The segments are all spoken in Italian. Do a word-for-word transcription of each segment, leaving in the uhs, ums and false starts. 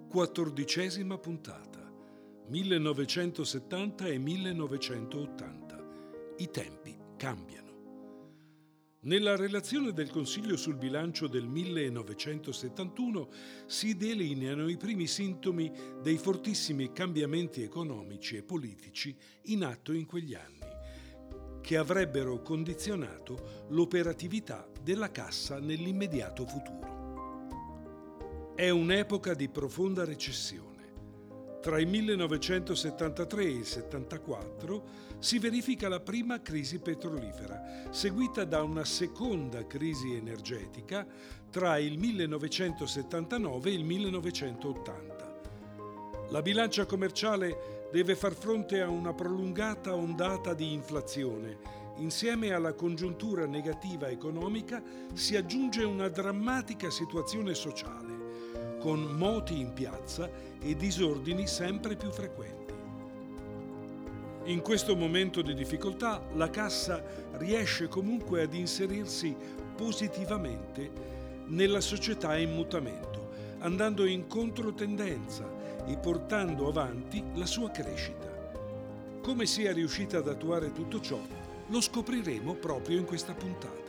Quattordicesima puntata, millenovecentosettanta e millenovecentottanta. I tempi cambiano. Nella relazione del Consiglio sul bilancio del millenovecentosettantuno si delineano i primi sintomi dei fortissimi cambiamenti economici e politici in atto in quegli anni, che avrebbero condizionato l'operatività della Cassa nell'immediato futuro. È un'epoca di profonda recessione. Tra il millenovecentosettantatré e il settantaquattro si verifica la prima crisi petrolifera, seguita da una seconda crisi energetica tra il millenovecentosettantanove e il millenovecentottanta. La bilancia commerciale deve far fronte a una prolungata ondata di inflazione. Insieme alla congiuntura negativa economica si aggiunge una drammatica situazione sociale, con moti in piazza e disordini sempre più frequenti. In questo momento di difficoltà, la Cassa riesce comunque ad inserirsi positivamente nella società in mutamento, andando in controtendenza e portando avanti la sua crescita. Come sia riuscita ad attuare tutto ciò, lo scopriremo proprio in questa puntata.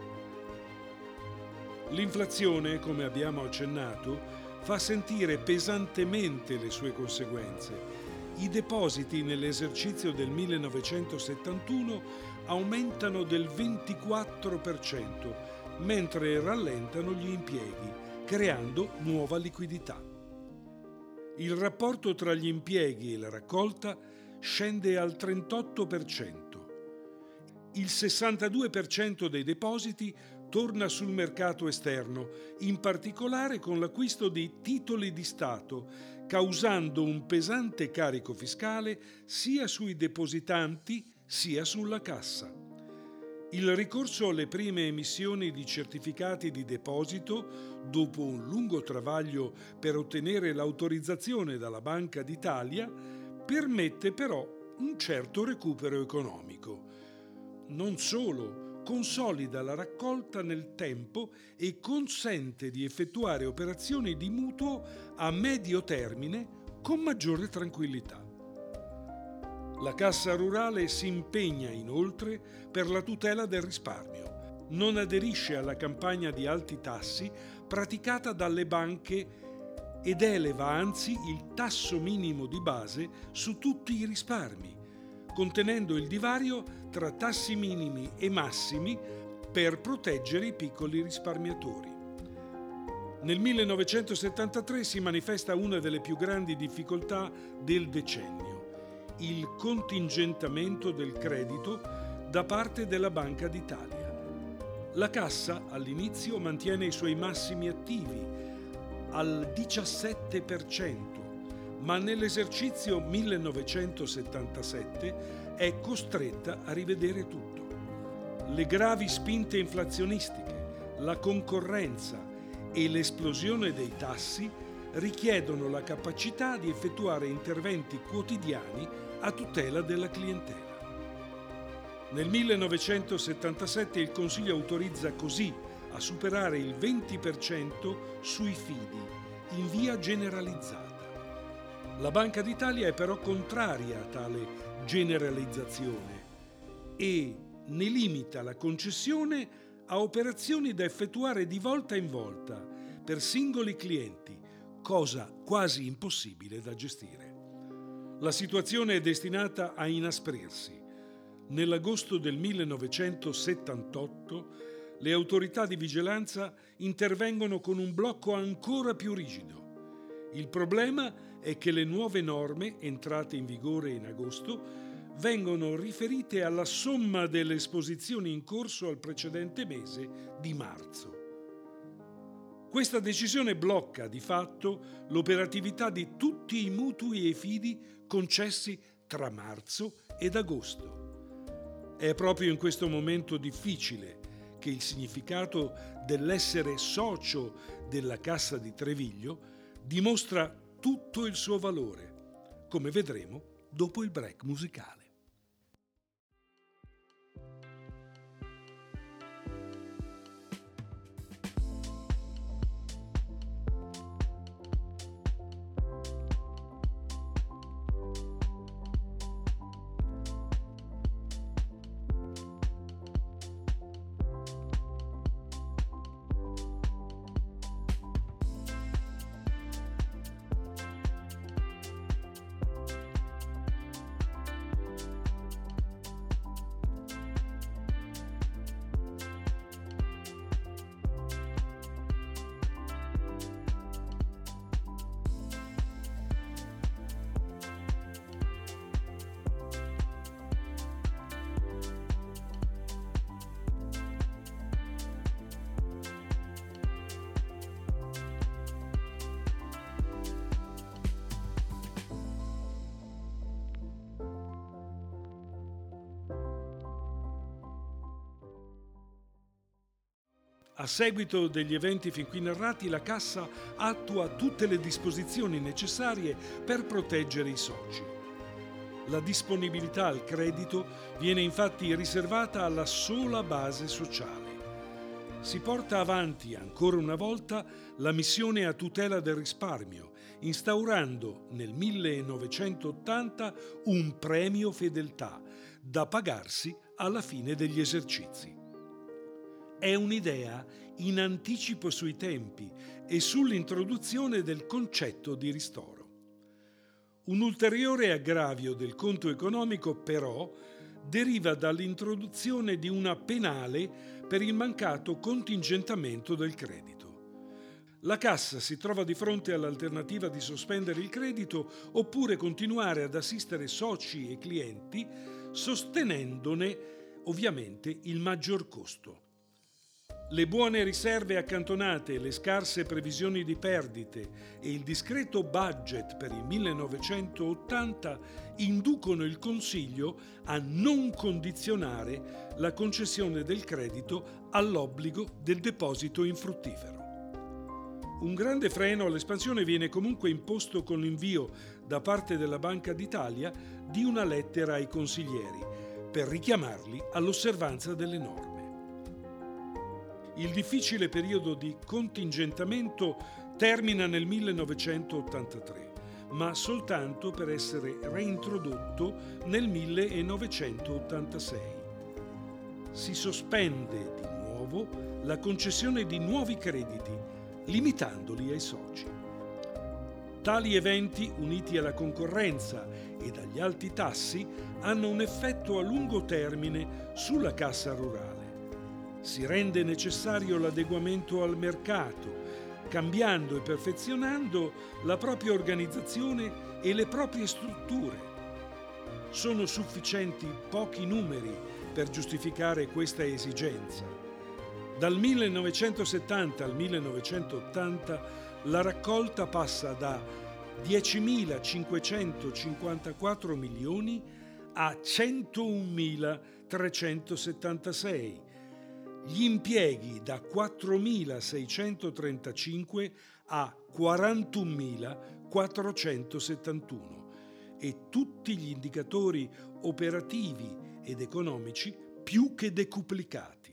L'inflazione, come abbiamo accennato, fa sentire pesantemente le sue conseguenze. I depositi nell'esercizio del millenovecentosettantuno aumentano del ventiquattro per cento, mentre rallentano gli impieghi, creando nuova liquidità. Il rapporto tra gli impieghi e la raccolta scende al trentotto per cento. Il sessantadue per cento dei depositi torna sul mercato esterno, in particolare con l'acquisto di titoli di Stato, causando un pesante carico fiscale sia sui depositanti sia sulla Cassa. Il ricorso alle prime emissioni di certificati di deposito, dopo un lungo travaglio per ottenere l'autorizzazione dalla Banca d'Italia, permette però un certo recupero economico. Non solo, consolida la raccolta nel tempo e consente di effettuare operazioni di mutuo a medio termine con maggiore tranquillità. La Cassa Rurale si impegna inoltre per la tutela del risparmio. Non aderisce alla campagna di alti tassi praticata dalle banche ed eleva anzi il tasso minimo di base su tutti i risparmi, contenendo il divario tra tassi minimi e massimi per proteggere i piccoli risparmiatori. Nel millenovecentosettantatré si manifesta una delle più grandi difficoltà del decennio, il contingentamento del credito da parte della Banca d'Italia. La Cassa all'inizio mantiene i suoi massimi attivi al diciassette per cento, ma nell'esercizio millenovecentosettantasette è costretta a rivedere tutto. Le gravi spinte inflazionistiche, la concorrenza e l'esplosione dei tassi richiedono la capacità di effettuare interventi quotidiani a tutela della clientela. Nel millenovecentosettantasette il Consiglio autorizza così a superare il venti per cento sui fidi in via generalizzata. La Banca d'Italia è però contraria a tale generalizzazione e ne limita la concessione a operazioni da effettuare di volta in volta per singoli clienti, cosa quasi impossibile da gestire. La situazione è destinata a inasprirsi. Nell'agosto del millenovecentosettantotto le autorità di vigilanza intervengono con un blocco ancora più rigido. Il problema è che le nuove norme, entrate in vigore in agosto, vengono riferite alla somma delle esposizioni in corso al precedente mese di marzo. Questa decisione blocca di fatto l'operatività di tutti i mutui e i fidi concessi tra marzo ed agosto. È proprio in questo momento difficile che il significato dell'essere socio della Cassa di Treviglio dimostra tutto il suo valore, come vedremo dopo il break musicale. A seguito degli eventi fin qui narrati, la Cassa attua tutte le disposizioni necessarie per proteggere i soci. La disponibilità al credito viene infatti riservata alla sola base sociale. Si porta avanti ancora una volta la missione a tutela del risparmio, instaurando nel millenovecentottanta un premio fedeltà da pagarsi alla fine degli esercizi. È un'idea in anticipo sui tempi e sull'introduzione del concetto di ristoro. Un ulteriore aggravio del conto economico, però, deriva dall'introduzione di una penale per il mancato contingentamento del credito. La Cassa si trova di fronte all'alternativa di sospendere il credito oppure continuare ad assistere soci e clienti, sostenendone ovviamente il maggior costo. Le buone riserve accantonate, le scarse previsioni di perdite e il discreto budget per il millenovecentottanta inducono il Consiglio a non condizionare la concessione del credito all'obbligo del deposito infruttifero. Un grande freno all'espansione viene comunque imposto con l'invio da parte della Banca d'Italia di una lettera ai consiglieri per richiamarli all'osservanza delle norme. Il difficile periodo di contingentamento termina nel millenovecentottantatré, ma soltanto per essere reintrodotto nel millenovecentottantasei. Si sospende di nuovo la concessione di nuovi crediti, limitandoli ai soci. Tali eventi, uniti alla concorrenza ed agli alti tassi, hanno un effetto a lungo termine sulla cassa rurale. Si rende necessario l'adeguamento al mercato, cambiando e perfezionando la propria organizzazione e le proprie strutture. Sono sufficienti pochi numeri per giustificare questa esigenza. Dal millenovecentosettanta al millenovecentottanta la raccolta passa da diecimilacinquecentocinquantaquattro milioni a centounomilatrecentosettantasei, gli impieghi da quattromilaseicentotrentacinque a quarantunomilaquattrocentosettantuno e tutti gli indicatori operativi ed economici più che decuplicati.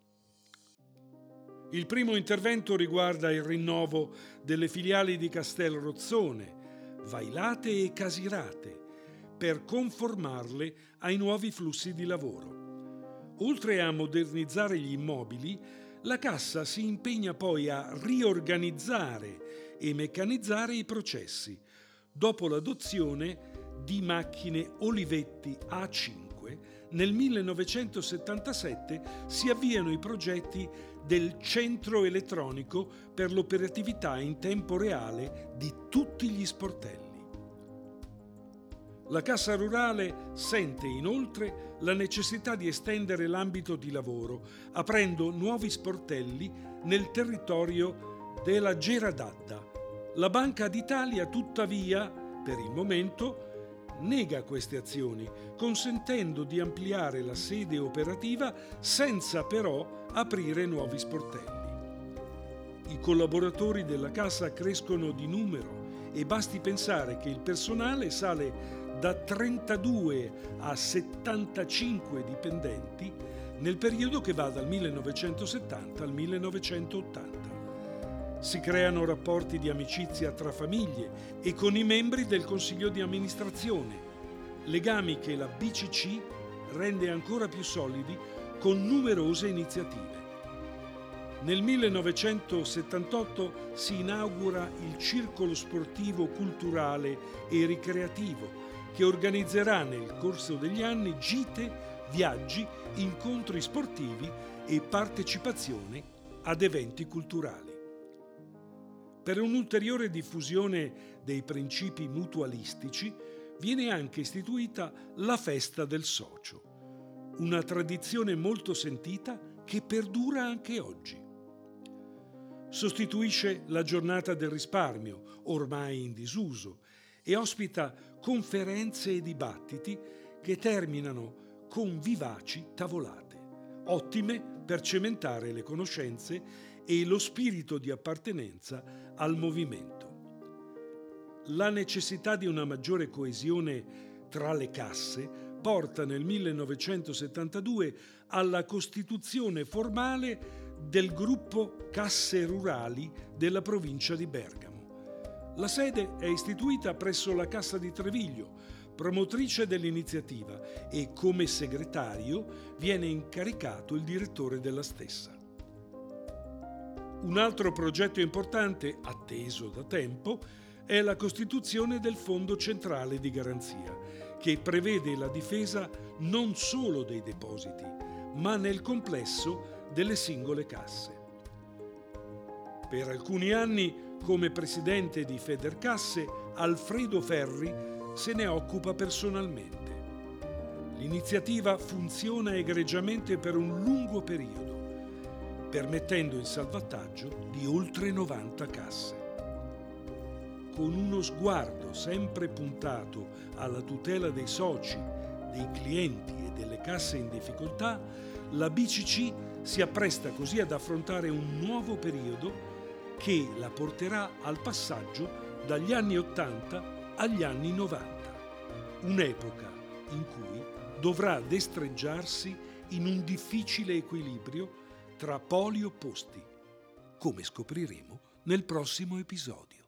Il primo intervento riguarda il rinnovo delle filiali di Castelrozzone, Vailate e Casirate, per conformarle ai nuovi flussi di lavoro. Oltre a modernizzare gli immobili, la Cassa si impegna poi a riorganizzare e meccanizzare i processi, dopo l'adozione di macchine Olivetti A cinque. Nel millenovecentosettantasette si avviano i progetti del centro elettronico per l'operatività in tempo reale di tutti gli sportelli. La Cassa Rurale sente inoltre la necessità di estendere l'ambito di lavoro, aprendo nuovi sportelli nel territorio della Geradadda. La Banca d'Italia, tuttavia, per il momento, nega queste azioni, consentendo di ampliare la sede operativa senza però aprire nuovi sportelli. I collaboratori della Cassa crescono di numero e basti pensare che il personale sale da trentadue a settantacinque dipendenti nel periodo che va dal millenovecentosettanta al millenovecentottanta. Si creano rapporti di amicizia tra famiglie e con i membri del Consiglio di amministrazione, legami che la B C C rende ancora più solidi con numerose iniziative. Nel millenovecentosettantotto si inaugura il Circolo Sportivo Culturale e Ricreativo, che organizzerà nel corso degli anni gite, viaggi, incontri sportivi e partecipazione ad eventi culturali. Per un'ulteriore diffusione dei principi mutualistici viene anche istituita la Festa del Socio, una tradizione molto sentita che perdura anche oggi. Sostituisce la Giornata del Risparmio, ormai in disuso, e ospita conferenze e dibattiti che terminano con vivaci tavolate, ottime per cementare le conoscenze e lo spirito di appartenenza al movimento. La necessità di una maggiore coesione tra le casse porta nel millenovecentosettantadue alla costituzione formale del gruppo Casse Rurali della provincia di Bergamo. La sede è istituita presso la Cassa di Treviglio, promotrice dell'iniziativa, e come segretario viene incaricato il direttore della stessa. Un altro progetto importante, atteso da tempo, è la costituzione del Fondo Centrale di Garanzia, che prevede la difesa non solo dei depositi, ma nel complesso delle singole casse. Per alcuni anni, come presidente di Federcasse, Alfredo Ferri se ne occupa personalmente. L'iniziativa funziona egregiamente per un lungo periodo, permettendo il salvataggio di oltre novanta casse. Con uno sguardo sempre puntato alla tutela dei soci, dei clienti e delle casse in difficoltà, la B C C si appresta così ad affrontare un nuovo periodo che la porterà al passaggio dagli anni ottanta agli anni novanta, un'epoca in cui dovrà destreggiarsi in un difficile equilibrio tra poli opposti, come scopriremo nel prossimo episodio.